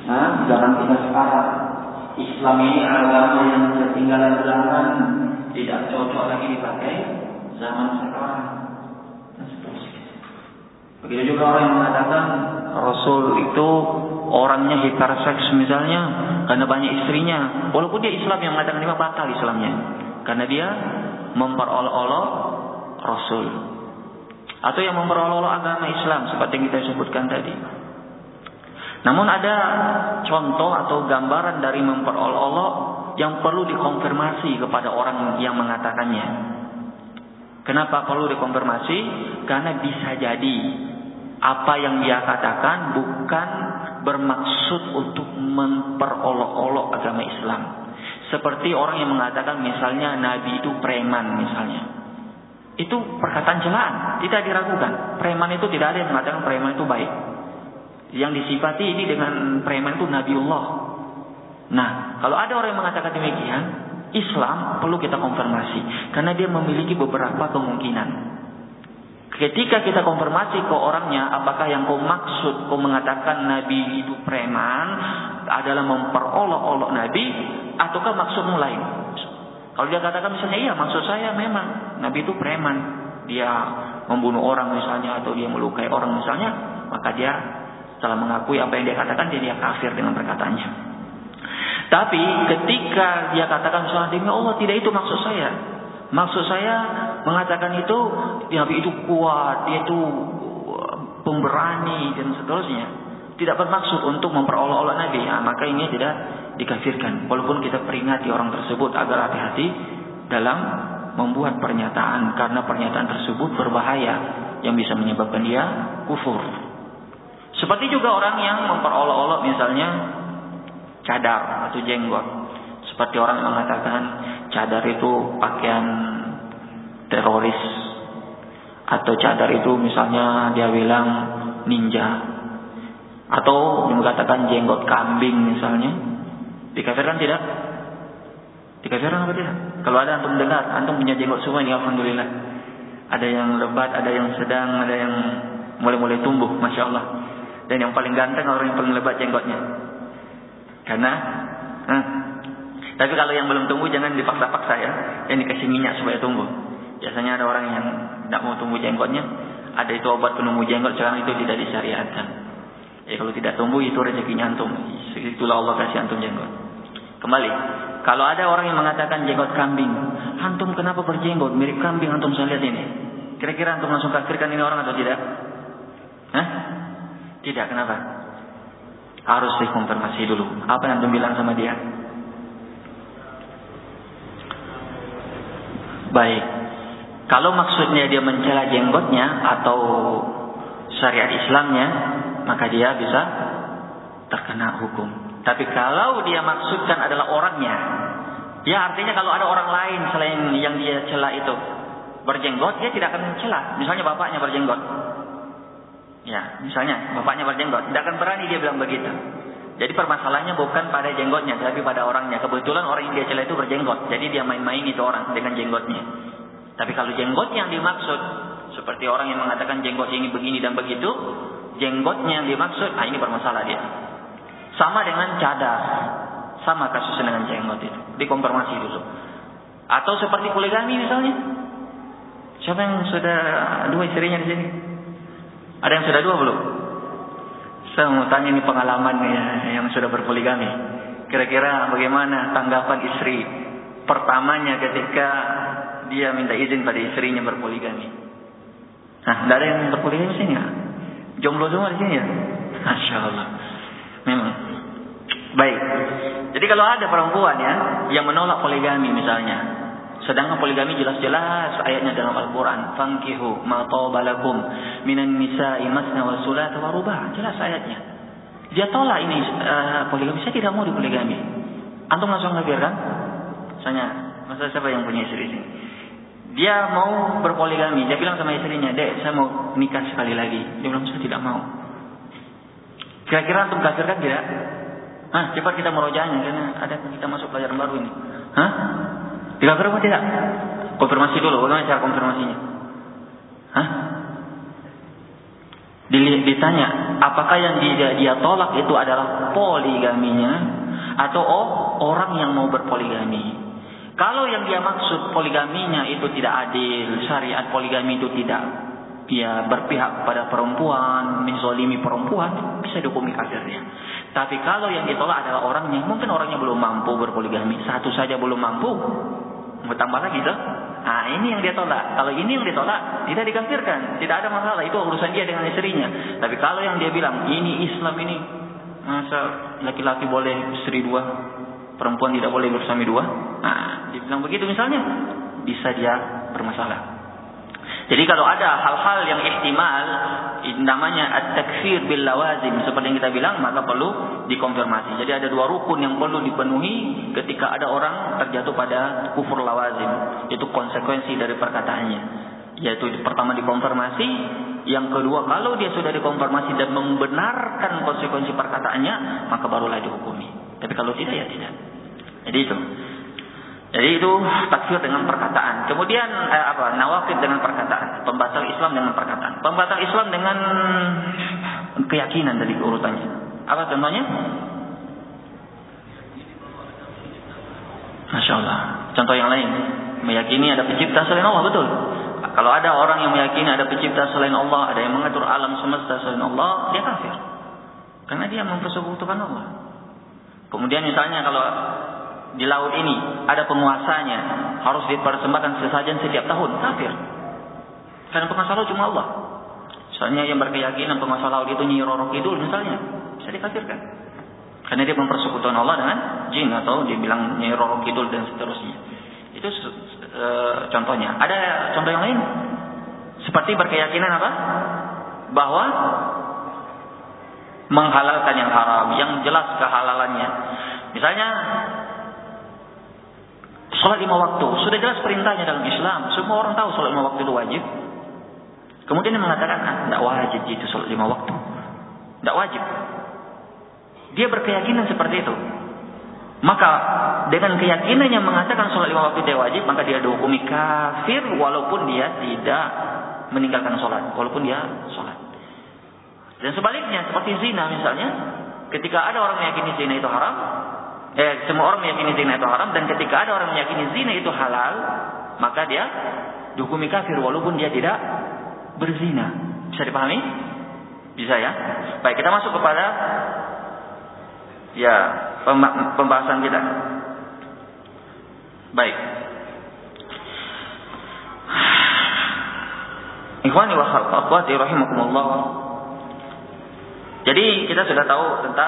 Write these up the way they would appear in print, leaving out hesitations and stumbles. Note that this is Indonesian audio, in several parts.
Nah, zaman kita sekarang, Islam ini agama yang ketinggalan zaman, tidak cocok lagi dipakai zaman sekarang. Begitu juga orang yang mengatakan Rasul itu orangnya hiperseks misalnya, karena banyak istrinya. Walaupun dia Islam, yang mengatakan ini batal Islamnya, karena dia memperolok-olok Rasul, atau yang memperolok-olok agama Islam seperti yang kita sebutkan tadi. Namun ada contoh atau gambaran dari memperolok-olok yang perlu dikonfirmasi kepada orang yang mengatakannya. Kenapa perlu dikonfirmasi? Karena bisa jadi apa yang dia katakan bukan bermaksud untuk memperolok-olok agama Islam. Seperti orang yang mengatakan misalnya Nabi itu preman misalnya. Itu perkataan celaan, tidak diragukan. Preman itu tidak ada yang mengatakan preman itu baik. Yang disifati ini dengan preman itu Nabiullah. Nah, kalau ada orang yang mengatakan demikian, Islam perlu kita konfirmasi, karena dia memiliki beberapa kemungkinan. Ketika kita konfirmasi ke orangnya, apakah yang kau maksud kau mengatakan Nabi itu preman adalah memperolok-olok Nabi, ataukah maksudmu lain? Kalau dia katakan misalnya, iya maksud saya memang Nabi itu preman, dia membunuh orang misalnya, atau dia melukai orang misalnya, maka dia telah mengakui apa yang dia katakan, dia kafir dengan perkataannya. Tapi ketika dia katakan misalnya, demi Allah tidak itu maksud saya. Maksud saya mengatakan itu Nabi itu kuat, dia itu pemberani dan seterusnya. Tidak bermaksud untuk memperolok-olok Nabi. Nah, maka ini tidak dikafirkan. Walaupun kita peringati orang tersebut agar hati-hati dalam membuat pernyataan, karena pernyataan tersebut berbahaya yang bisa menyebabkan dia kufur. Seperti juga orang yang memperolok-olok misalnya cadar atau jenggot. Seperti orang yang mengatakan cadar itu pakaian teroris, atau cadar itu misalnya dia bilang ninja, atau mengatakan jenggot kambing misalnya. Dikafirkan tidak? Dikafirkan apa tidak? Kalau ada antum dengar, antum punya jenggot semua ini alhamdulillah. Ada yang lebat, ada yang sedang, ada yang mulai-mulai tumbuh, masya Allah. Dan yang paling ganteng orang yang paling lebat jenggotnya. Karena tapi kalau yang belum tumbuh jangan dipaksa-paksa ya. Yang dikasih minyak supaya tumbuh. Biasanya ada orang yang tidak mau tumbuh jenggotnya, ada itu obat penumbuh jenggot, sekarang itu tidak disyariatkan. Ya kalau tidak tumbuh itu rezekinya antum. Itulah Allah kasih antum jenggot. Kembali, kalau ada orang yang mengatakan jenggot kambing, antum kenapa berjenggot mirip kambing, antum saya lihat ini. Kira-kira antum langsung kafirkan ini orang atau tidak? Hah? Tidak, kenapa? Harus dikonfirmasi dulu. Apa yang antum bilang sama dia? Baik. Kalau maksudnya dia mencela jenggotnya atau syariat Islamnya, maka dia bisa terkena hukum. Tapi kalau dia maksudkan adalah orangnya, ya artinya kalau ada orang lain selain yang dia cela itu berjenggot, dia tidak akan mencela. Misalnya bapaknya berjenggot. Ya, misalnya bapaknya berjenggot, tidak akan berani dia bilang begitu. Jadi permasalahannya bukan pada jenggotnya, tapi pada orangnya. Kebetulan orang yang dia cela itu berjenggot, jadi dia main-main itu orang dengan jenggotnya. Tapi kalau jenggot yang dimaksud, seperti orang yang mengatakan jenggot ini begini dan begitu, jenggotnya yang dimaksud, ini bermasalah dia. Sama dengan cadar, sama kasusnya dengan jenggot itu. Dikonfirmasi dulu. Atau seperti poligami misalnya. Siapa yang sudah 2 istrinya di sini? Ada yang sudah 2 belum? Saya mau tanya ini pengalaman yang sudah berpoligami. Kira-kira bagaimana tanggapan istri pertamanya ketika dia minta izin pada istrinya berpoligami? Nah, tidak ada yang berpoligami di sini ya? Jomblo semua di sini ya? Masya Allah. Memang. Baik. Jadi kalau ada perempuan ya yang menolak poligami misalnya, sedangkan poligami jelas-jelas ayatnya dalam Al-Quran, fankihu ma taba lakum minan nisa'i masna wa sulata wa ruba', jelas ayatnya. Dia tolak ini poligami, saya tidak mau dipoligami. Antum langsung ngabir kan? Misalnya, masa siapa yang punya istri ini? Dia mau berpoligami, dia bilang sama istrinya, "Dek, saya mau nikah sekali lagi." Dia bilang, "Saya tidak mau." Kira-kira antum kafir kan tidak? Cepat kita merojaahnya karena ada kita masuk pelajaran baru ini. Dikafir apa tidak? Konfirmasi dulu, bagaimana cara konfirmasinya? Ditanya, apakah yang dia tolak itu adalah poligaminya atau orang yang mau berpoligami. Kalau yang dia maksud poligaminya itu tidak adil, syariat poligami itu tidak, dia berpihak pada perempuan, menzalimi perempuan, bisa dihukumi kafirnya. Tapi kalau yang ditolak adalah orangnya, mungkin orangnya belum mampu berpoligami, satu saja belum mampu, mau tambah lagi tuh. Nah, ini yang dia tolak. Kalau ini yang ditolak, tidak dikafirkan, tidak ada masalah, itu urusan dia dengan istrinya. Tapi kalau yang dia bilang ini Islam ini, masa laki-laki boleh istri dua, perempuan tidak boleh bersami dua, nah, dibilang begitu misalnya, bisa dia bermasalah. Jadi kalau ada hal-hal yang ihtimal, namanya at-takfir bil lawazim, seperti yang kita bilang, maka perlu dikonfirmasi. Jadi ada dua rukun yang perlu dipenuhi ketika ada orang terjatuh pada kufur lawazim. Itu konsekuensi dari perkataannya. Yaitu pertama dikonfirmasi, yang kedua kalau dia sudah dikonfirmasi dan membenarkan konsekuensi perkataannya, maka barulah dihukumi. Tapi kalau tidak, ya tidak. Jadi itu takfir dengan perkataan. Kemudian nawaqid dengan perkataan, pembatal Islam dengan perkataan. Pembatal Islam dengan keyakinan dari urutannya. Apa contohnya? Masya Allah. Contoh yang lain, meyakini ada pencipta selain Allah, betul. Kalau ada orang yang meyakini ada pencipta selain Allah, ada yang mengatur alam semesta selain Allah, dia kafir. Karena dia mempersekutukan Allah. Kemudian misalnya kalau di laut ini ada penguasanya, harus dipersembahkan sesajen setiap tahun, kafir. Karena penguasa laut cuma Allah. Misalnya yang berkeyakinan penguasa laut itu Nyi Roro Kidul misalnya, bisa dikafirkan. Karena dia mempersekutukan Allah dengan jin, atau dibilang Nyi Roro Kidul dan seterusnya. Itu contohnya. Ada contoh yang lain? Seperti berkeyakinan apa? Bahwa menghalalkan yang haram, yang jelas kehalalannya. Misalnya sholat 5 waktu, sudah jelas perintahnya dalam Islam. Semua orang tahu sholat 5 waktu itu wajib. Kemudian dia mengatakan, tidak wajib itu sholat 5 waktu. Tidak wajib. Dia berkeyakinan seperti itu. Maka dengan keyakinannya mengatakan sholat 5 waktu tidak wajib, maka dia dihukumi kafir walaupun dia tidak meninggalkan sholat, walaupun dia sholat. Dan sebaliknya, seperti zina misalnya, ketika ada orang meyakini zina itu haram, semua orang meyakini zina itu haram, dan ketika ada orang meyakini zina itu halal, maka dia dihukumi kafir walaupun dia tidak berzina. Bisa dipahami? Bisa ya? Baik, kita masuk kepada pembahasan kita. Baik. Ikhwani wa akhwati rahimakumullah. Jadi kita sudah tahu tentang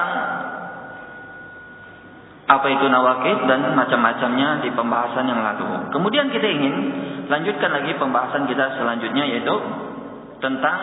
apa itu nawaqid dan macam-macamnya di pembahasan yang lalu. Kemudian kita ingin lanjutkan lagi pembahasan kita selanjutnya, yaitu tentang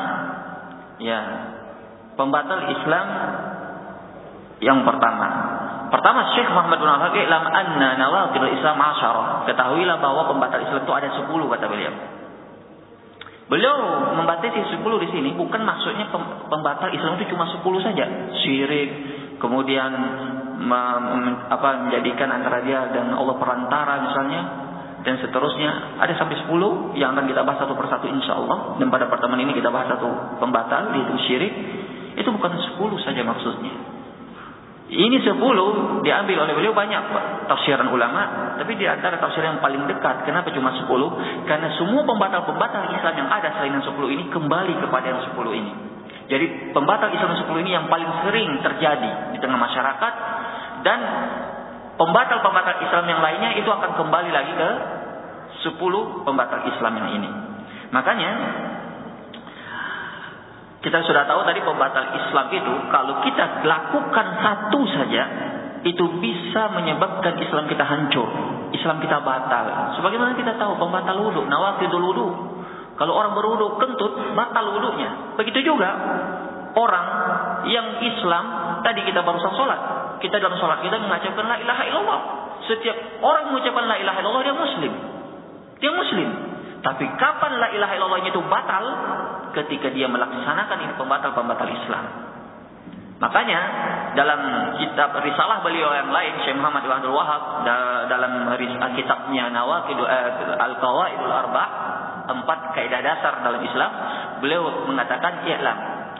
pembatal Islam yang pertama. Pertama, Syekh Muhammad bin Al-Haqq, "Lam anna nawaqidul Islam 10." Ketahuilah bahwa pembatal Islam itu ada 10, kata beliau. Beliau membatasi 10 di sini bukan maksudnya pembatal Islam itu cuma 10 saja. Syirik, kemudian menjadikan antara dia dan Allah perantara misalnya, dan seterusnya. Ada sampai 10 yang akan kita bahas satu persatu insyaallah. Dan pada pertemuan ini kita bahas satu pembatal, yaitu syirik. Itu bukan 10 saja maksudnya. Ini 10 diambil oleh beliau banyak tafsiran ulama, tapi di antara tafsir yang paling dekat. Kenapa cuma 10? Karena semua pembatal-pembatal Islam yang ada selain yang 10 ini kembali kepada yang 10 ini. Jadi pembatal Islam 10 ini yang paling sering terjadi di tengah masyarakat, dan pembatal-pembatal Islam yang lainnya itu akan kembali lagi ke 10 pembatal Islam yang ini. Makanya kita sudah tahu tadi pembatal Islam itu kalau kita lakukan satu saja itu bisa menyebabkan Islam kita hancur, Islam kita batal. Sebagaimana kita tahu pembatal wudu, nawaqidul wudu. Kalau orang berwudu kentut, batal wudunya. Begitu juga orang yang Islam, tadi kita barusan sholat. Kita dalam sholat kita mengucapkan la ilaha illallah. Setiap orang mengucapkan la ilaha illallah dia muslim. Dia muslim. Tapi kapan la ilaha illallah itu batal? Ketika dia melaksanakan ini pembatal-pembatal Islam. Makanya dalam kitab risalah beliau yang lain, Syekh Muhammad bin Abdul Wahab, dalam kitabnya Nawaqidul Al-Qawaidul Arba', 4 kaidah dasar dalam Islam, beliau mengatakan, "I'lam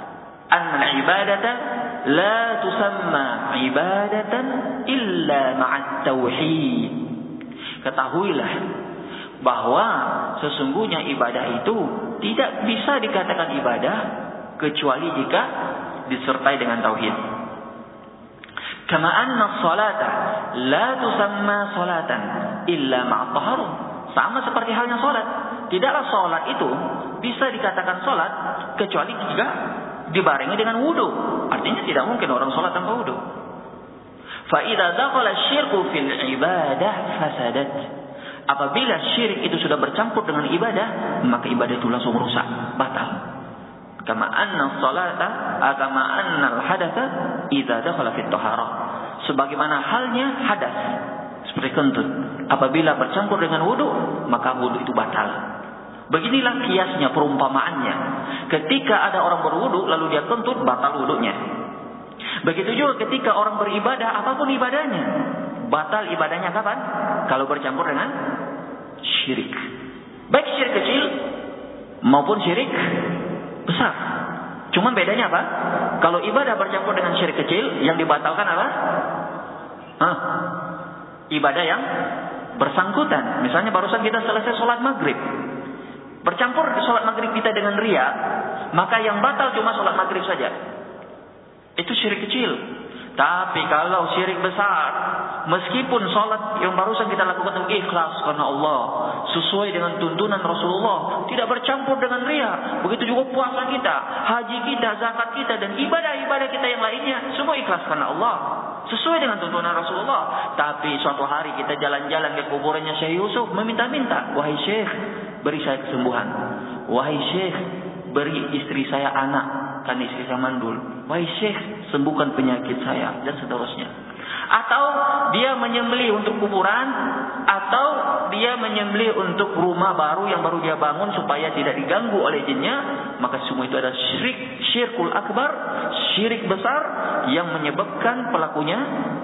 Anna ibadata la tusamma ibadatan illa ma'at tauhid. Ketahuilah bahwa sesungguhnya ibadah itu tidak bisa dikatakan ibadah kecuali jika disertai dengan tauhid. Kama anna salata la tusamma salatan illa ma'at taharah. Sama seperti halnya salat. Tidaklah salat itu bisa dikatakan salat kecuali jika dibarengi dengan wudu. Artinya tidak mungkin orang salat tanpa wudu. Fa idza dakhala syirku fil ibadah fasadat. Apabila syirik itu sudah bercampur dengan ibadah, maka ibadah itu langsung rusak, batal. Kama anna salata, kama anna al-hadatsa idza dakhala fit taharah. Sebagaimana halnya hadas, seperti kentut. Apabila bercampur dengan wudu, maka wudu itu batal. Beginilah kiasnya, perumpamaannya. Ketika ada orang berwudu lalu dia kentut, batal wudunya. Begitu juga ketika orang beribadah, apapun ibadahnya, batal ibadahnya kapan? Kalau bercampur dengan syirik. Baik syirik kecil maupun syirik besar. Cuman bedanya apa? Kalau ibadah bercampur dengan syirik kecil, yang dibatalkan apa? Ibadah yang bersangkutan. Misalnya barusan kita selesai sholat maghrib, bercampur sholat maghrib kita dengan riya, maka yang batal cuma sholat maghrib saja. Itu syirik kecil. Tapi kalau syirik besar, meskipun sholat yang barusan kita lakukan ikhlas karena Allah, sesuai dengan tuntunan Rasulullah, tidak bercampur dengan riya. Begitu juga puasa kita, haji kita, zakat kita, dan ibadah-ibadah kita yang lainnya, semua ikhlas karena Allah, sesuai dengan tuntunan Rasulullah. Tapi suatu hari kita jalan-jalan ke kuburannya Syekh Yusuf, meminta-minta, wahai Syekh, beri saya kesembuhan. Wahai Syekh, beri istri saya anak, kan istri saya mandul. Wahai Syekh, sembuhkan penyakit saya, dan seterusnya. Atau dia menyembelih untuk kuburan, atau dia menyembelih untuk rumah baru yang baru dia bangun supaya tidak diganggu oleh jinnya, maka semua itu adalah syirkul akbar, syirik besar yang menyebabkan pelakunya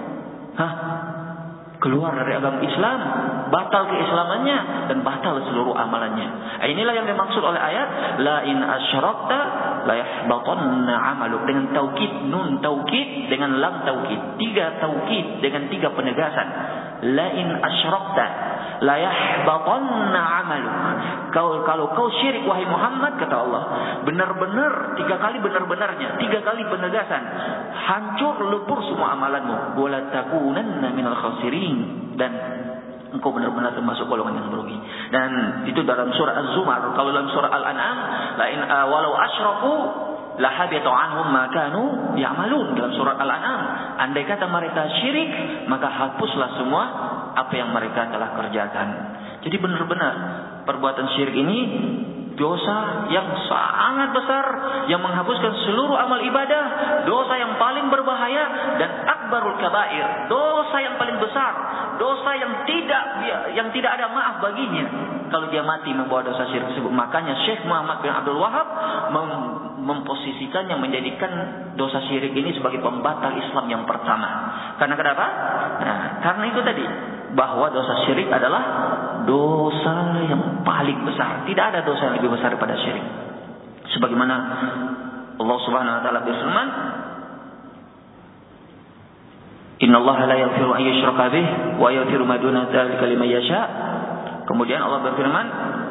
keluar dari agama Islam, batal keislamannya, dan batal seluruh amalannya. Inilah yang dimaksud oleh ayat la in asyrakta la yahbatanna 'amaluk, dengan taukid, nun taukid dengan lam taukid, tiga taukid dengan tiga penegasan. La in asyrakta la yahbatanna 'amaluk. Kalau kau syirik wahai Muhammad, kata Allah, benar-benar, tiga kali benar-benarnya, tiga kali penegasan, hancur lebur semua amalanmu, wala takunanna minal khasirin, dan engkau benar-benar termasuk golongan yang merugi. Dan itu dalam surah Az-Zumar. Kalau dalam surah Al-An'am, la in walau asyraku la habita anhum ma kanu ya'malun. Dalam surah Al-An'am, andai kata mereka syirik, maka hapuslah semua apa yang mereka telah kerjakan. Jadi benar-benar perbuatan syirik ini dosa yang sangat besar, yang menghapuskan seluruh amal ibadah, dosa yang paling berbahaya, dan akbarul kabair, dosa yang paling besar, dosa yang tidak ada maaf baginya kalau dia mati membawa dosa syirik tersebut. Makanya Syekh Muhammad bin Abdul Wahab memposisikannya, menjadikan dosa syirik ini sebagai pembatal Islam yang pertama. Karena kenapa? Karena itu tadi, bahwa dosa syirik adalah dosa yang paling besar. Tidak ada dosa yang lebih besar daripada syirik. Sebagaimana Allah Subhanahu wa taala berfirman, "Innallaha la yaghfiru an yushraka bih wa yaghfiru ma duna dzalika liman yasha." Kemudian Allah berfirman,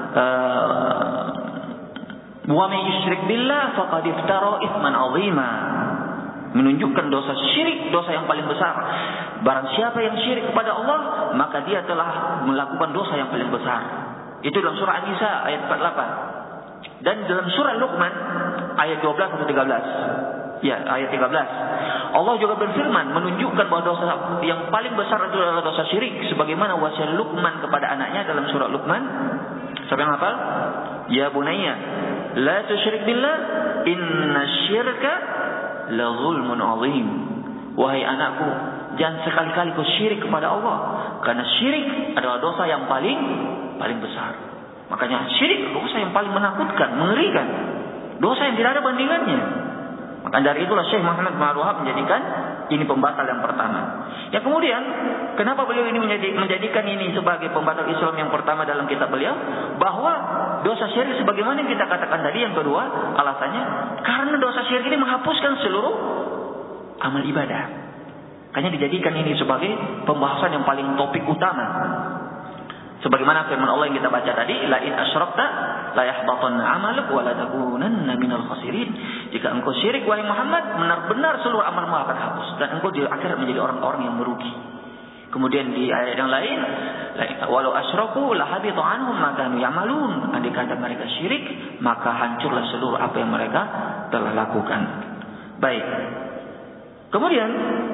"Wa may yusyrik billah faqad iftara itsman 'azima." Menunjukkan dosa syirik, dosa yang paling besar. Barang siapa yang syirik kepada Allah, maka dia telah melakukan dosa yang paling besar. Itu dalam surah An-Nisa ayat 48. Dan dalam surah Luqman ayat 12 atau 13. Ya, ayat 13. Allah juga berfirman menunjukkan bahwa dosa yang paling besar itu adalah dosa syirik, sebagaimana wasiat Luqman kepada anaknya dalam surah Luqman. Siapa yang hafal? Ya bunayya, la tusyrik billah, inna syirka la zulmun azim. Wahai anakku, jangan sekali-kali kau syirik kepada Allah, karena syirik adalah dosa yang paling besar. Makanya syirik dosa yang paling menakutkan, mengerikan, dosa yang tidak ada bandingannya. Maka dari itulah Syekh Muhammad bin Abdul Wahab menjadikan ini pembatal yang pertama. Yang kemudian, kenapa beliau ini menjadikan ini sebagai pembatal Islam yang pertama dalam kitab beliau? Bahwa dosa syirik sebagaimana yang kita katakan tadi, yang kedua alasannya karena dosa syirik ini menghapuskan seluruh amal ibadah. Makanya dijadikan ini sebagai pembahasan yang paling topik utama. Sebagaimana firman Allah yang kita baca tadi, la in asyrakta la yahbatanna 'amaluk wa la takunanna minal khasirin. Jika engkau syirik wahai Muhammad, benar-benar seluruh amalmu akan hapus dan engkau di akhirat menjadi orang-orang yang merugi. Kemudian di ayat yang lain, walau asyraku la habita 'anhum ma kanu ya'malun. Andai kata mereka syirik, maka hancurlah seluruh apa yang mereka telah lakukan. Baik. Kemudian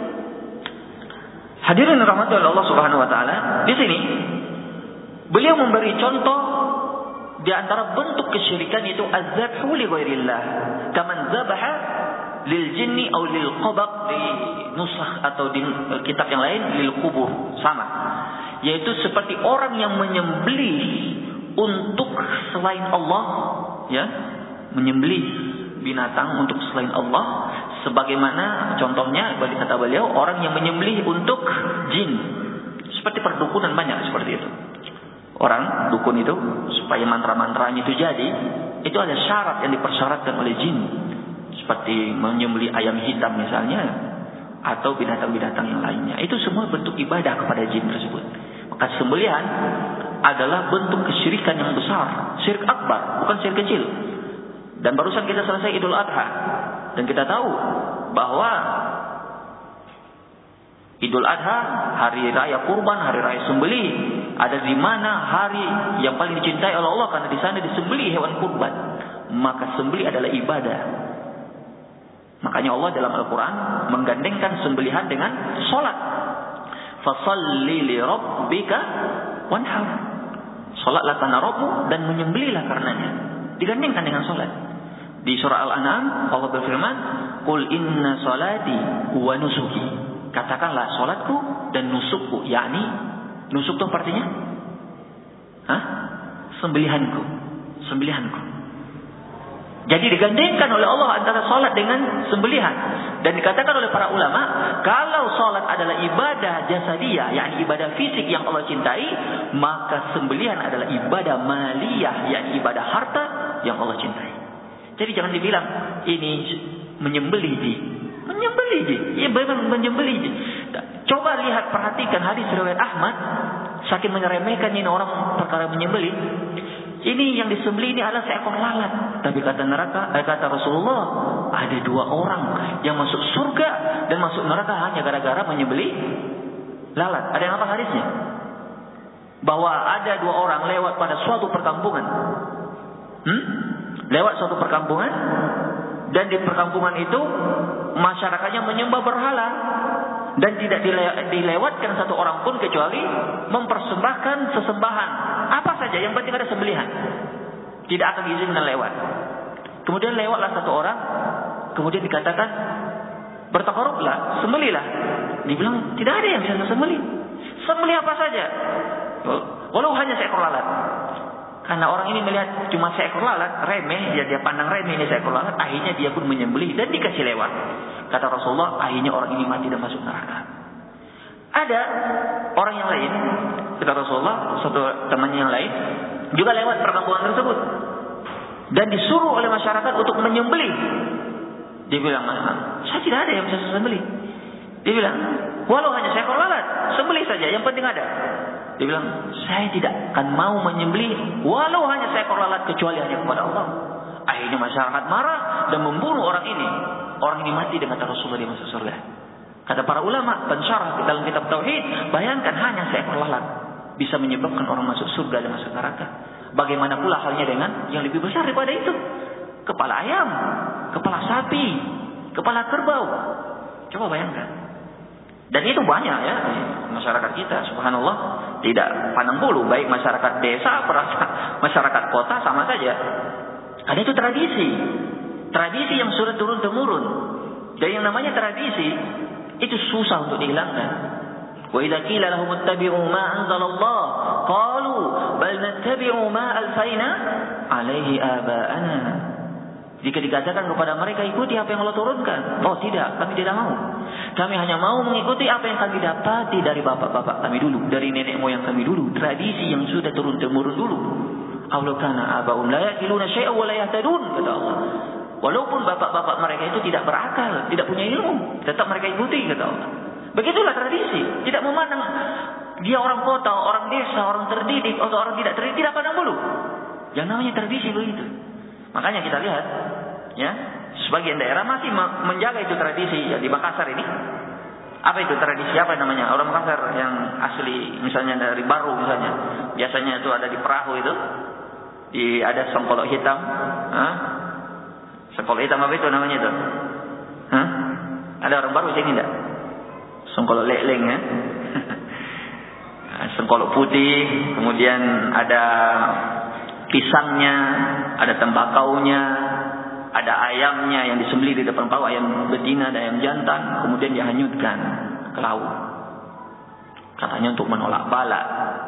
hadirin rahmati Allah Subhanahu wa taala, di sini beliau memberi contoh di antara bentuk kesyirikan, yaitu az-zabhu li ghairillah. Kaman zabaha lil jinni aw lil qabaq, di nusakh atau di kitab yang lain lil kubur, sama. Yaitu seperti orang yang menyembelih untuk selain Allah, ya, menyembelih binatang untuk selain Allah, sebagaimana contohnya bagi kata beliau orang yang menyembelih untuk jin. Seperti perdukunan banyak seperti itu. Orang dukun itu supaya mantra-mantranya itu jadi, itu ada syarat yang dipersyaratkan oleh jin, seperti menyembelih ayam hitam misalnya, atau binatang-binatang yang lainnya. Itu semua bentuk ibadah kepada jin tersebut. Maka sembelihan adalah bentuk kesyirikan yang besar, syirik akbar, bukan syirik kecil. Dan barusan kita selesai Idul Adha, dan kita tahu bahwa Idul Adha, hari raya kurban, hari raya sembelih, ada di mana hari yang paling dicintai oleh Allah, karena di sana disembelih hewan kurban. Maka sembelih adalah ibadah. Makanya Allah dalam Al-Quran menggandengkan sembelihan dengan sholat. Fasalli li rabbika wanhar. Sholatlah karena Rabbu dan menyembelihlah karenanya. Digandengkan dengan sholat. Di surah Al-An'am Allah berfirman, Qul inna sholati wa nusuki. Katakanlah sholatku dan nusukku, yakni nusuk itu artinya sembelihanku. Jadi digandengkan oleh Allah antara sholat dengan sembelihan. Dan dikatakan oleh para ulama, kalau sholat adalah ibadah jasadiyah, yakni ibadah fisik yang Allah cintai, maka sembelihan adalah ibadah maliyah, yakni ibadah harta yang Allah cintai. Jadi jangan dibilang ini menyembelih di. Ia memang menyembelih. Coba lihat, perhatikan hadis riwayat Ahmad, saking meremehkan ini orang perkara menyembelih. Ini yang disembelih ini adalah seekor lalat. Tapi kata Rasulullah, ada 2 orang yang masuk surga dan masuk neraka hanya gara-gara menyembelih lalat. Ada yang apa hadisnya? Bahwa ada 2 orang lewat pada suatu perkampungan. Lewat suatu perkampungan, dan di perkampungan itu masyarakatnya menyembah berhala, dan tidak dilewatkan satu orang pun kecuali mempersembahkan sesembahan apa saja, yang penting ada sembelihan, tidak akan diizinkan lewat. Kemudian lewatlah satu orang, kemudian dikatakan bertakarublah, sembelihlah. Dibilang tidak ada yang bisa sembelih. Sembelih apa saja, walau hanya seekor lalat. Karena orang ini melihat cuma seekor lalat, remeh, dia pandang remeh ini seekor lalat, akhirnya dia pun menyembelih dan dikasih lewat. Kata Rasulullah, akhirnya orang ini mati dan masuk neraka. Ada orang yang lain, kata Rasulullah, satu temannya yang lain juga lewat perkampungan tersebut dan disuruh oleh masyarakat untuk menyembelih. Dia bilang, saya tidak ada yang bisa sembelih. Dia bilang, walau hanya seekor lalat, sembelih saja, yang penting ada. Dia bilang, saya tidak akan mau menyembelih walau hanya seekor lalat kecuali hanya kepada Allah. Akhirnya masyarakat marah dan membunuh orang ini. Orang ini mati dengan kata Rasulullah, dia masuk surga. Kata para ulama pensyarah dalam kitab Tauhid, bayangkan hanya seekor lalat bisa menyebabkan orang masuk surga dan masuk neraka. Bagaimana pula halnya dengan yang lebih besar daripada itu? Kepala ayam, kepala sapi, kepala kerbau. Coba bayangkan. Dan itu banyak ya masyarakat kita, subhanallah, tidak pandang bulu, baik masyarakat desa, masyarakat kota sama saja. Karena itu tradisi yang sudah turun temurun. Dan yang namanya tradisi itu susah untuk dihilangkan. Wa idza qila lahum ittabi'u ma anzalallah qalu bal nattabi'u ma alfaina alaihi aba'ana. Jika dikatakan kepada mereka ikuti apa yang Allah turunkan, oh tidak, kami tidak mau. Kami hanya mau mengikuti apa yang kami dapati dari bapak-bapak kami dulu, dari nenek moyang kami dulu, tradisi yang sudah turun temurun dulu. Aw kana aba'um la yaqiluna syai'an wa la yahtadun, kata Allah. Walaupun bapak-bapak mereka itu tidak berakal, tidak punya ilmu, tetap mereka ikuti, kata Allah. Begitulah tradisi, tidak memandang dia orang kota, orang desa, orang terdidik atau orang tidak terdidik, tidak pandang bulu. Yang namanya tradisi begitu. Makanya kita lihat, ya, sebagian daerah masih menjaga itu tradisi. Ya, di Makassar ini, apa itu tradisi apa namanya? Orang Makassar yang asli, misalnya dari Baru misalnya, biasanya itu ada di perahu itu, ada sengkolok hitam. Sengkolok hitam apa itu namanya itu? Ada orang Baru sini enggak? Sengkolok leleng, ya. Sengkolok putih, kemudian ada pisangnya, ada tembakaunya, ada ayamnya yang disembelih di depan perahu, ayam betina dan ayam jantan, kemudian dihanyutkan ke laut. Katanya untuk menolak bala.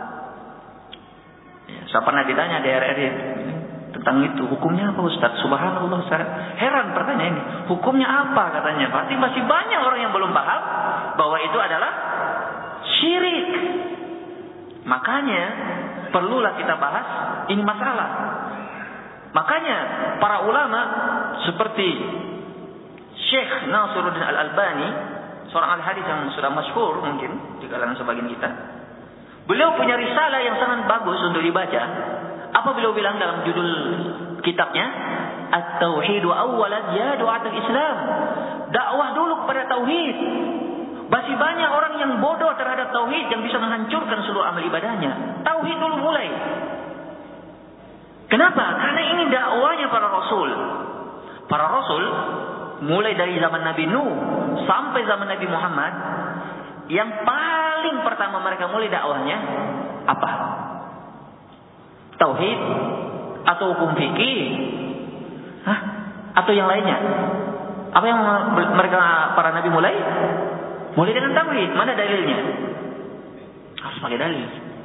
Ya, saya pernah ditanya di RRI tentang itu, hukumnya apa Ustaz? Subhanallah, saya heran pertanyaan ini. Hukumnya apa katanya? Pasti masih banyak orang yang belum paham bahwa itu adalah syirik. Makanya perlulah kita bahas ini masalah. Makanya para ulama seperti Syekh Nasiruddin Al-Albani, seorang ahli hadis yang sudah masyhur mungkin di kalangan sebagian kita, beliau punya risalah yang sangat bagus untuk dibaca. Apa beliau bilang dalam judul kitabnya? At-Tauhid awwalan ya du'atul Islam. Dakwah dulu kepada tauhid. Masih banyak orang yang bodoh terhadap tauhid yang bisa menghancurkan seluruh amal ibadahnya. Tauhid dulu mulai. Kenapa? Karena ini dakwahnya para rasul. Para rasul mulai dari zaman Nabi Nuh sampai zaman Nabi Muhammad, yang paling pertama mereka mulai dakwahnya apa? Tauhid atau hukum fikih? Atau yang lainnya? Apa yang mereka para nabi mulai? Mulai dengan tauhid. Mana dalilnya? Harus pakai dalil.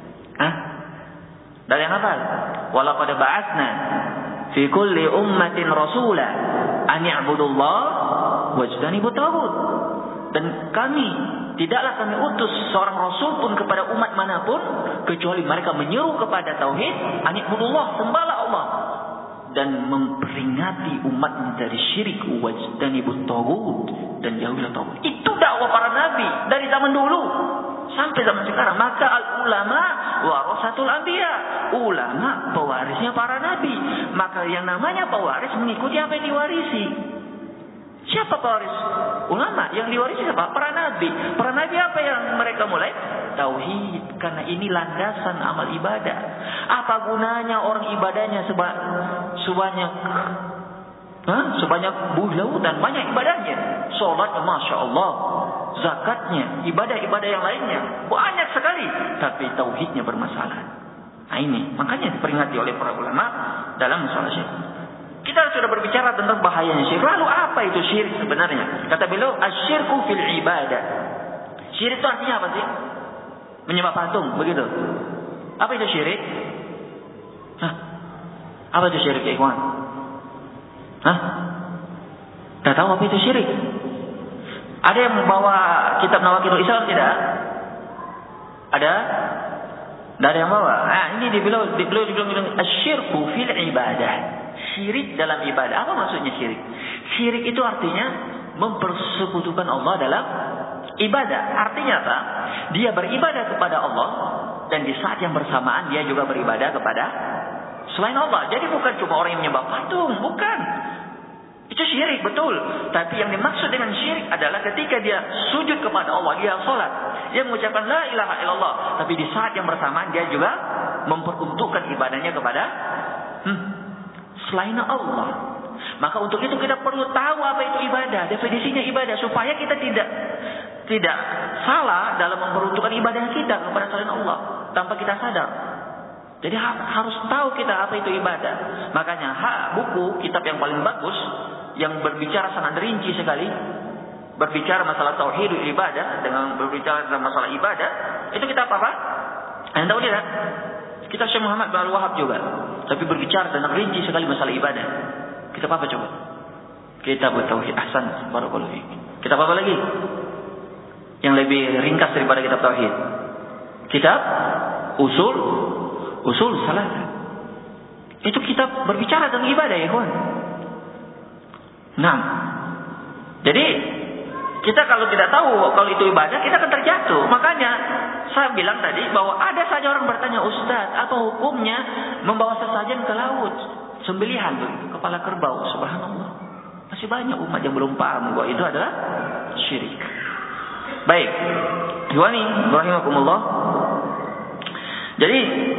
Dalil yang apa? Walaqad ba'atsna fi kulli ummatin rasula an ya'budullah wajtanibut taghut. Dan tidaklah kami utus seorang rasul pun kepada umat manapun kecuali mereka menyeru kepada tauhid, an ya'budullah, sembahlah Allah, dan memperingati umat dari syirik, wajtanibut taghut, dan jauhilah taghut. Itu dakwah para nabi dari zaman dulu sampai zaman sekarang. Maka al-ulama warasatul anbiya, ulama pewarisnya para nabi. Maka yang namanya pewaris mengikuti apa yang diwarisi. Siapa pewaris? Ulama. Yang diwarisi siapa? Para nabi. Para nabi apa yang mereka mulai? Tauhid. Karena ini landasan amal ibadah. Apa gunanya orang ibadahnya sebanyak lautan, banyak ibadahnya. Salatnya Masya Allah, zakatnya, ibadah-ibadah yang lainnya banyak sekali, tapi tauhidnya bermasalah. Nah ini makanya diperingati oleh para ulama dalam masalah syirik. Kita sudah berbicara tentang bahayanya syirik. Lalu apa itu syirik sebenarnya? Kata beliau, asyirku fil ibadah. Syirik itu artinya apa sih? Menyembah patung, begitu. Apa itu syirik? Apa itu syirik, ikhwan? Tak tahu apa itu syirik? Ada yang membawa kitab Nawaqidul Islam tidak? Ada? Tidak ada yang bawa. Ini dibilang asyirku fil ibadah. Syirik dalam ibadah. Apa maksudnya syirik? Syirik itu artinya mempersekutukan Allah dalam ibadah. Artinya apa? Dia beribadah kepada Allah dan di saat yang bersamaan dia juga beribadah kepada selain Allah. Jadi bukan cuma orang yang menyembah patung, bukan. Itu syirik, betul. Tapi yang dimaksud dengan syirik adalah ketika dia sujud kepada Allah, dia salat, dia mengucapkan la ilaha illallah, tapi di saat yang bersamaan dia juga memperuntukkan ibadahnya kepada selain Allah. Maka untuk itu kita perlu tahu apa itu ibadah, definisinya ibadah, supaya kita tidak salah dalam memperuntukkan ibadah kita kepada selain Allah tanpa kita sadar. Jadi harus tahu kita apa itu ibadah. Makanya buku kitab yang paling bagus yang berbicara sangat rinci sekali, berbicara masalah tauhidul ibadah dengan berbicara tentang masalah ibadah, itu kitab apa? Anda tahu tidak? Kitab Syekh Muhammad bin Al-Wahhab juga, tapi berbicara tentang rinci sekali masalah ibadah. Kitab apa coba? Kitab Tauhid. Ahsan, barakallahu fiik. Kitab apa lagi yang lebih ringkas daripada kitab tauhid? Kitab usul salat. Itu kita berbicara tentang ibadah ya kawan. Nah, jadi kita kalau tidak tahu kalau itu ibadah, kita akan terjatuh. Makanya saya bilang tadi bahwa ada saja orang bertanya, Ustaz, apa hukumnya membawa sesajen ke laut? Sembelihan kepala kerbau, subhanallah. Masih banyak umat yang belum paham bahwa itu adalah syirik. Baik, Ikhwani rahimakumullah. Jadi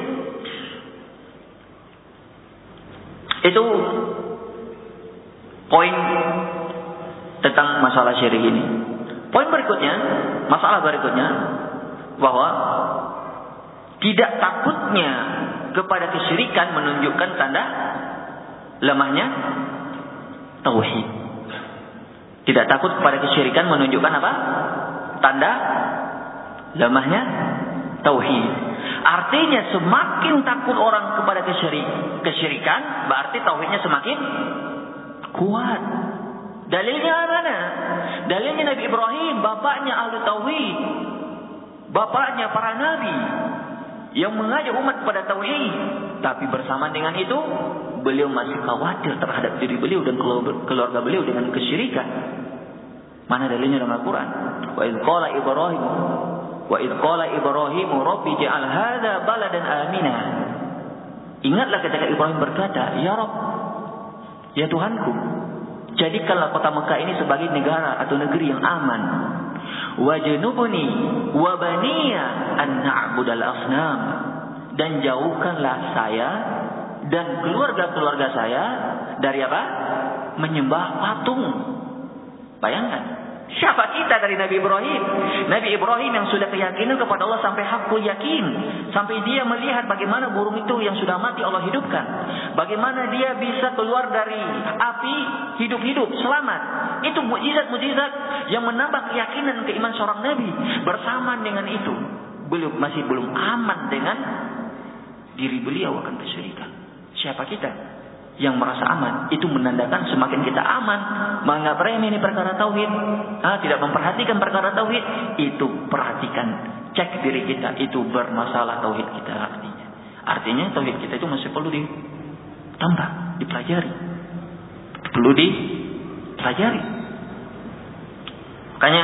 itu poin tentang masalah syirik ini. Poin berikutnya, masalah berikutnya, bahwa tidak takutnya kepada kesyirikan menunjukkan tanda lemahnya tauhid. Tidak takut kepada kesyirikan menunjukkan apa? Tanda lemahnya tauhid. Artinya semakin takut orang kepada kesyirikan, berarti tauhidnya semakin kuat. Dalilnya mana? Dalilnya Nabi Ibrahim, bapaknya ahli tauhid, bapaknya para nabi yang mengajak umat kepada tauhid. Tapi bersama dengan itu, beliau masih khawatir terhadap diri beliau dan keluarga beliau dengan kesyirikan. Mana dalilnya dalam Al-Quran? Wa idh qala Ibrahim Rabbi ja'al hadha baladan amina. Ingatlah ketika Ibrahim berkata, Ya Rabb, ya Tuhanku, jadikanlah kota Mekah ini sebagai negara atau negeri yang aman. Wajnubni wa baniya an na'budal asnam. Dan jauhkanlah saya dan keluarga-keluarga saya dari apa? Menyembah patung. Bayangkan, siapa kita dari Nabi Ibrahim? Nabi Ibrahim yang sudah keyakinan kepada Allah sampai hakul yakin, sampai dia melihat bagaimana burung itu yang sudah mati Allah hidupkan, bagaimana dia bisa keluar dari api hidup-hidup selamat. Itu mukjizat-mukjizat yang menambah keyakinan keimanan seorang nabi. Bersama dengan itu, masih belum aman dengan diri beliau akan kesyirikan. Siapa kita yang merasa aman? Itu menandakan semakin kita aman, menganggap remeh ini perkara tauhid, tidak memperhatikan perkara tauhid, itu perhatikan, cek diri kita, itu bermasalah tauhid kita artinya tauhid kita itu masih perlu ditambah, dipelajari, perlu dipelajari. Makanya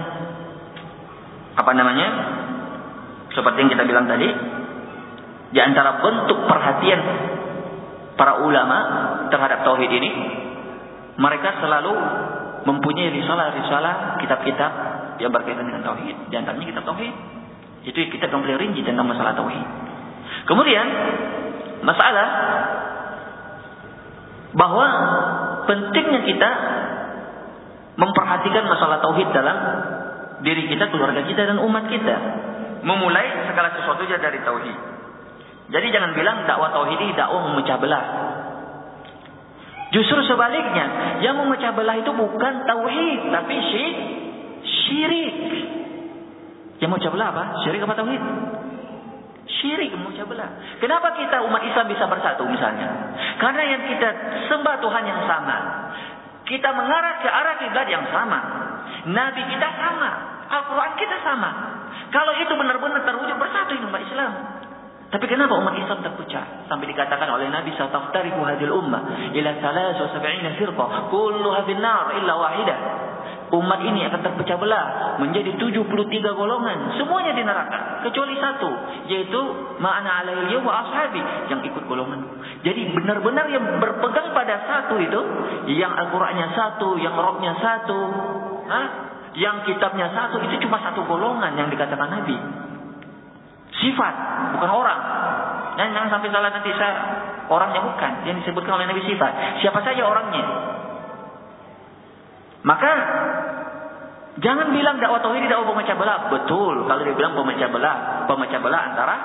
seperti yang kita bilang tadi, di antara bentuk perhatian para ulama terhadap tauhid ini, mereka selalu mempunyai risalah-risalah, kitab-kitab yang berkaitan dengan tauhid. Di antaranya kitab tauhid. Itu kita akan rinci tentang masalah tauhid. Kemudian masalah bahwa pentingnya kita memperhatikan masalah tauhid dalam diri kita, keluarga kita, dan umat kita. Memulai segala sesuatu dari tauhid. Jadi jangan bilang dakwah tauhid ini dakwah memecah belah. Justru sebaliknya, yang memecah belah itu bukan tauhid, tapi syirik. Yang memecah belah apa? Syirik apa tauhid? Syirik memecah belah. Kenapa kita umat Islam bisa bersatu misalnya? Karena yang kita sembah Tuhan yang sama. Kita mengarah ke arah kiblat yang sama. Nabi kita sama. Al-Quran kita sama. Kalau itu benar-benar terwujud bersatu ini umat Islam. Tapi kenapa umat Islam terpecah? Sampai dikatakan oleh Nabi, "Sataftariqu hadhil ummah ila 73 firqah, kulluha fin nar illa wahidah." Umat ini akan terpecah belah menjadi 73 golongan, semuanya di neraka kecuali satu, yaitu ma'ana alaihi wa ashabi, yang ikut golongan. Jadi benar-benar yang berpegang pada satu itu, yang Al-Qur'annya satu, yang rohnya satu, yang kitabnya satu, itu cuma satu golongan yang dikatakan Nabi. Sifat, bukan orang. Dan jangan sampai salah nanti orangnya bukan. Yang disebutkan oleh Nabi sifat. Siapa saja orangnya. Maka jangan bilang dakwah tauhid dakwah pemecah belah. Betul, kalau dia bilang pemecah belah antara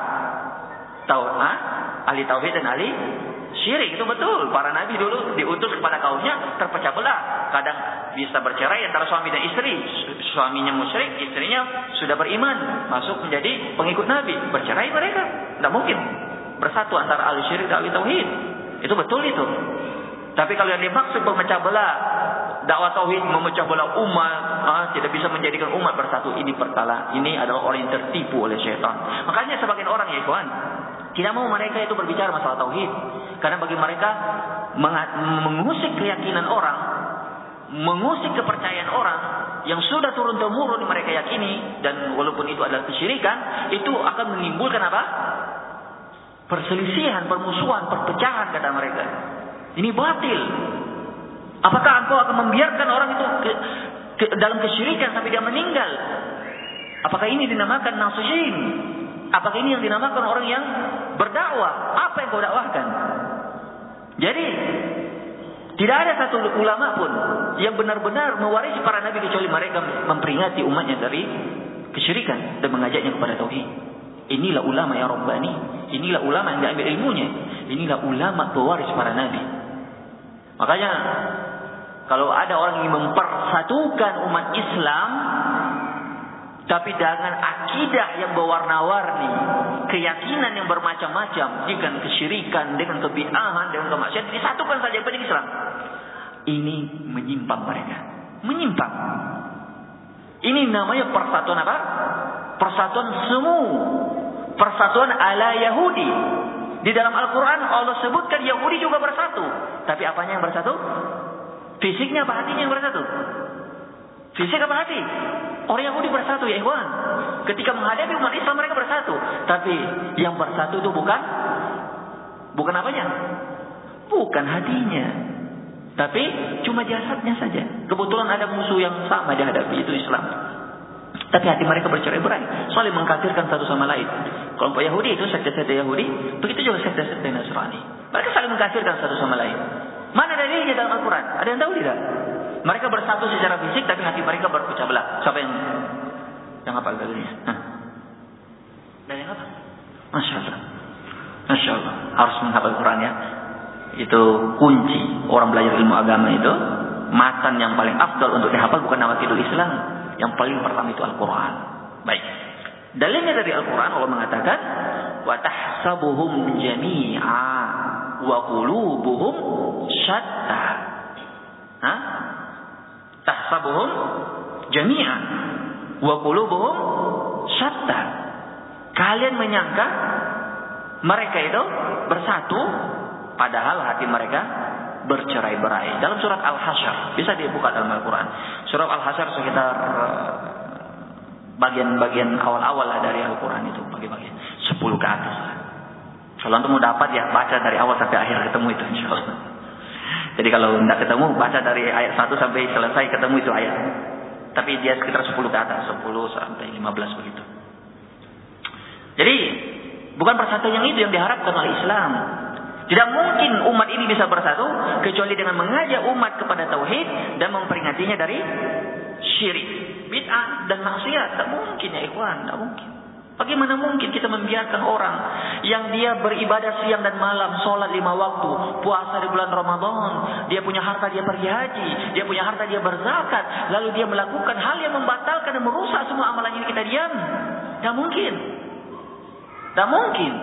ahli tauhid dan ahli syirik, itu betul. Para nabi dulu diutus kepada kaumnya terpecah belah. Kadang bisa bercerai antara suami dan istri. Suaminya musyrik, istrinya sudah beriman, masuk menjadi pengikut Nabi. Bercerai mereka. Tidak mungkin bersatu antara ahli syirik dan ahli tauhid. Itu betul itu. Tapi kalau yang dimaksud pemecah belah, dakwah tauhid memecah belah umat, tidak bisa menjadikan umat bersatu, ini adalah orang yang tertipu oleh syaitan. Makanya sebagian orang, ya ikhwan, Tidak mau mereka itu berbicara masalah tauhid. Karena bagi mereka mengusik keyakinan orang, mengusik kepercayaan orang yang sudah turun-temurun mereka yakini, dan walaupun itu adalah kesyirikan, itu akan menimbulkan apa? Perselisihan, permusuhan, perpecahan, kata mereka. Ini batil. Apakah engkau akan membiarkan orang itu dalam kesyirikan sampai dia meninggal? Apakah ini dinamakan nasihin? Apakah ini yang dinamakan orang yang berdakwah? Apa yang kau dakwahkan? Jadi tidak ada satu ulama pun yang benar-benar mewarisi para nabi kecuali mereka memperingati umatnya dari kesyirikan dan mengajaknya kepada tauhid. Inilah ulama yang rabbani. Inilah ulama yang diambil ilmunya. Inilah ulama pewaris para nabi. Makanya kalau ada orang yang mempersatukan umat Islam tapi dengan akidah yang berwarna-warni, keyakinan yang bermacam-macam, dengan kesyirikan, dengan kebid'ahan, dengan kemaksiatan, disatukan saja pada Islam. Ini menyimpang mereka. Menyimpang. Ini namanya persatuan apa? Persatuan semu. Persatuan ala Yahudi. Di dalam Al-Quran Allah sebutkan Yahudi juga bersatu. Tapi apanya yang bersatu? Fisiknya apa hatinya yang bersatu? Fisik apa hati? Orang Yahudi bersatu ya ikhwan. Ketika menghadapi umat Islam mereka bersatu. Tapi yang bersatu itu bukan apanya? Bukan hatinya. Tapi cuma jasadnya saja. Kebetulan ada musuh yang sama dihadapi, itu Islam. Tapi hati mereka bercerai-berai, saling mengkafirkan satu sama lain. Kelompok Yahudi itu sekte-sekte Yahudi, begitu juga sekte-sekte Nasrani. Mereka saling mengkafirkan satu sama lain. Mana dalilnya dalam Al-Quran? Ada yang tahu tidak? Mereka bersatu secara fisik, tapi hati mereka berpecah belah. Siapa yang hafal dalilnya? Dalil apa? Masya Allah. Masya Allah. Harus menghafal Quran ya. Itu kunci orang belajar ilmu agama itu. Matan yang paling afdal untuk dihafal bukan nawakidul Islam. Yang paling pertama itu Al-Quran. Baik. Dalilnya dari Al-Quran Allah mengatakan, wa tahsabuhum jami'a wa qulubuhum syatta. Tahsabuhum jami'a wa qulubuhum syatta. Kalian menyangka mereka itu bersatu, padahal hati mereka bercerai-berai. Dalam surat Al-Hasyr, bisa dibuka dalam Al-Quran. Surat Al-Hasyr sekitar bagian-bagian awal-awal lah dari Al-Quran itu, bagian-bagian 10 ke atas lah. Kalau antum mau dapat ya baca dari awal sampai akhir ketemu itu insyaallah. Jadi kalau tidak ketemu baca dari ayat 1 sampai selesai ketemu itu ayat. Tapi dia sekitar 10 ke atas, 10 sampai 15 begitu. Jadi bukan persatuan yang itu yang diharapkan oleh Islam. Tidak mungkin umat ini bisa bersatu kecuali dengan mengajak umat kepada tauhid dan memperingatinya dari syirik, bid'ah dan maksiat. Tak mungkin ya ikhwan, tak mungkin. Bagaimana mungkin kita membiarkan orang yang dia beribadah siang dan malam, sholat 5 waktu, puasa di bulan Ramadan, dia punya harta dia pergi haji, dia punya harta dia berzakat, lalu dia melakukan hal yang membatalkan dan merusak semua amalan ini, kita diam? Tak mungkin. Tak mungkin.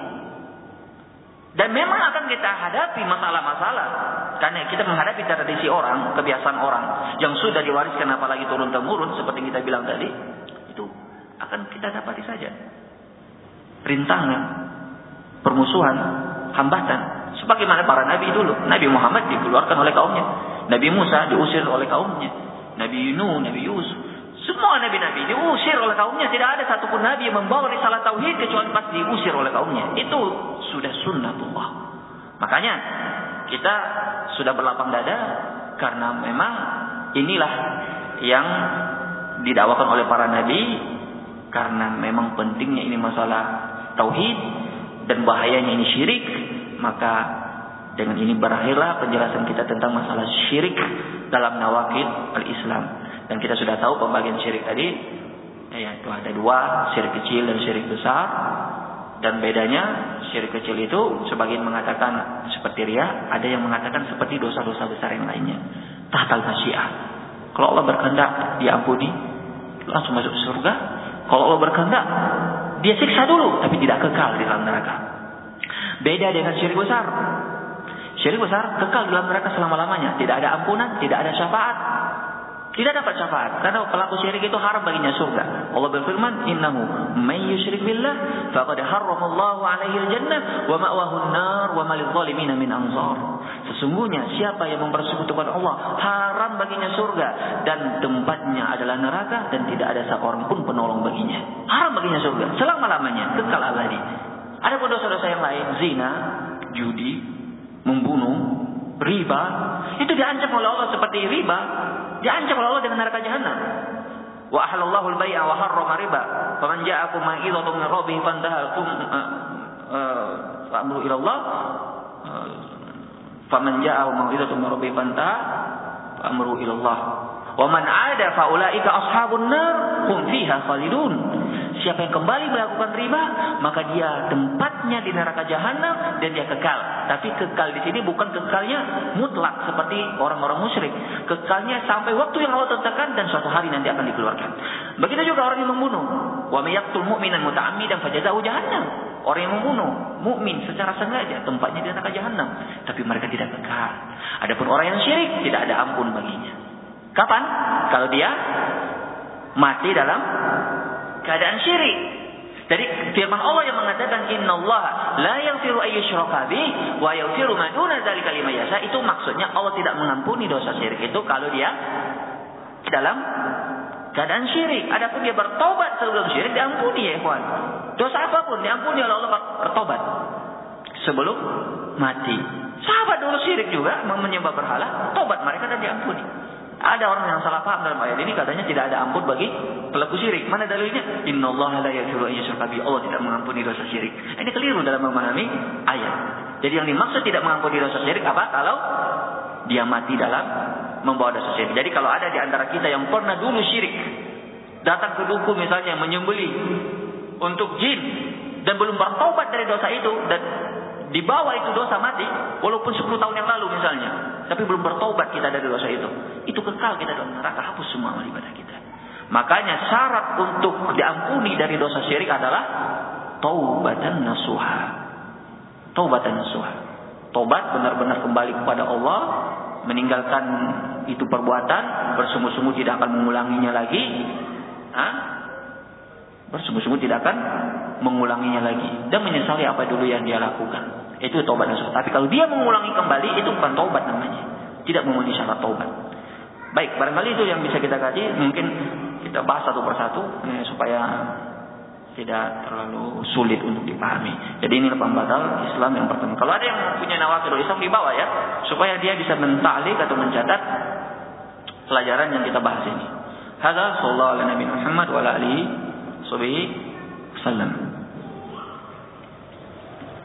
Dan memang akan kita hadapi masalah-masalah. Karena kita menghadapi tradisi orang, kebiasaan orang yang sudah diwariskan apalagi turun-temurun seperti kita bilang tadi, itu akan kita dapati saja. Rintangan, permusuhan, hambatan. Sebagaimana para nabi dulu. Nabi Muhammad dikeluarkan oleh kaumnya. Nabi Musa diusir oleh kaumnya. Nabi Nuh, Nabi Yusuf. Semua nabi-nabi diusir oleh kaumnya. Tidak ada satupun nabi yang membawa risalah tauhid kecuali pas diusir oleh kaumnya. Itu sudah sunnatullah. Makanya kita sudah berlapang dada karena memang inilah yang didakwakan oleh para nabi, karena memang pentingnya ini masalah tauhid dan bahayanya ini syirik. Maka dengan ini berakhirlah penjelasan kita tentang masalah syirik dalam nawaqid al-Islam. Dan kita sudah tahu pembagian syirik tadi, yaitu ada 2, syirik kecil dan syirik besar. Dan bedanya syirik kecil itu sebagian mengatakan seperti riya, ada yang mengatakan seperti dosa-dosa besar yang lainnya. Tahtal masyiah. Kalau Allah berkehendak dia ampuni, langsung masuk surga. Kalau Allah berkehendak dia siksa dulu, tapi tidak kekal di dalam neraka. Beda dengan syirik besar. Syirik besar kekal di dalam neraka selama-lamanya, tidak ada ampunan, tidak ada syafaat. Tidak dapat syafaat karena pelaku syirik itu haram baginya surga. Allah berfirman, "Innahu may yusyrik billah faqad harramallahu 'alaihi al-jannah wa ma'wahu an-nar wa ma lidh-dhalimin min ansar." Sesungguhnya siapa yang mempersekutukan Allah, haram baginya surga dan tempatnya adalah neraka dan tidak ada seorang pun penolong baginya. Haram baginya surga selama-lamanya, kekal abadi. Ada pun dosa-dosa yang lain, zina, judi, membunuh, riba, itu diancam oleh Allah seperti riba. Diancam oleh Allah dengan neraka jahanam. Wa ahallallahu al-bai'a wa harrama riba. Faman ja'akum mau'izatun min rabbih fantahakum fa'amru ila Allah. Faman ja'ahu mau'izatun min rabbih fa'amru ila Allah. Wa man 'ada fa ulaika ashabun nar hum fiha khalidun. Siapa yang kembali melakukan riba, maka dia tempatnya di neraka jahanam dan dia kekal. Tapi kekal di sini bukan kekalnya mutlak seperti orang-orang musyrik. Kekalnya sampai waktu yang Allah tetapkan dan suatu hari nanti akan dikeluarkan. Begitu juga orang yang membunuh. Wa may yaqtul mu'minan muta'ammidan fajazaa'u jahannam. Orang yang membunuh mukmin secara sengaja tempatnya di neraka jahanam, tapi mereka tidak kekal. Adapun orang yang syirik tidak ada ampun baginya. Kapan? Kalau dia mati dalam keadaan syirik. Jadi firman Allah yang mengatakan innallaha la yaghfiru ayyushraka bih wa yaghfiru ma duna dzalika liman yasha, itu maksudnya Allah tidak mengampuni dosa syirik itu kalau dia dalam keadaan syirik. Adapun dia bertobat sebelum syirik diampuni ya ikhwan. Dosa apapun diampuni oleh Allah bertobat sebelum mati. Sahabat dulu syirik juga menyembah berhala, tobat mereka dan diampuni. Ada orang yang salah paham dalam ayat ini, katanya tidak ada ampun bagi pelaku syirik. Mana dalilnya? Innallaha la yaghfiru an yushraka bihi. Allah tidak mengampuni dosa syirik. Ini keliru dalam memahami ayat. Jadi yang dimaksud tidak mengampuni dosa syirik apa? Kalau dia mati dalam membawa dosa syirik. Jadi kalau ada di antara kita yang pernah dulu syirik, datang ke dukun misalnya menyembelih untuk jin dan belum bertobat dari dosa itu dan dibawa itu dosa mati, walaupun 10 tahun yang lalu misalnya, tapi belum bertobat kita dari dosa itu kekal kita dalam neraka, hapus semua amal ibadah kita. Makanya syarat untuk diampuni dari dosa syirik adalah taubatan nasuha. Taubatan nasuha. Tobat benar-benar kembali kepada Allah, meninggalkan itu perbuatan, bersungguh-sungguh tidak akan mengulanginya lagi. Bersungguh-sungguh tidak akan mengulanginya lagi dan menyesali apa dulu yang dia lakukan. Itu taubat nasuha. Tapi kalau dia mengulangi kembali, itu bukan taubat namanya. Tidak memenuhi syarat taubat. Baik, barangkali itu yang bisa kita kaji. Mungkin kita bahas satu persatu supaya tidak terlalu sulit untuk dipahami. Jadi ini pembatal Islam yang pertama. Kalau ada yang punya nawaqidul Islam di bawah ya, supaya dia bisa mentahlik atau mencatat pelajaran yang kita bahas ini. Hadza sallallahu alaihi Muhammad wa alihi wasallam.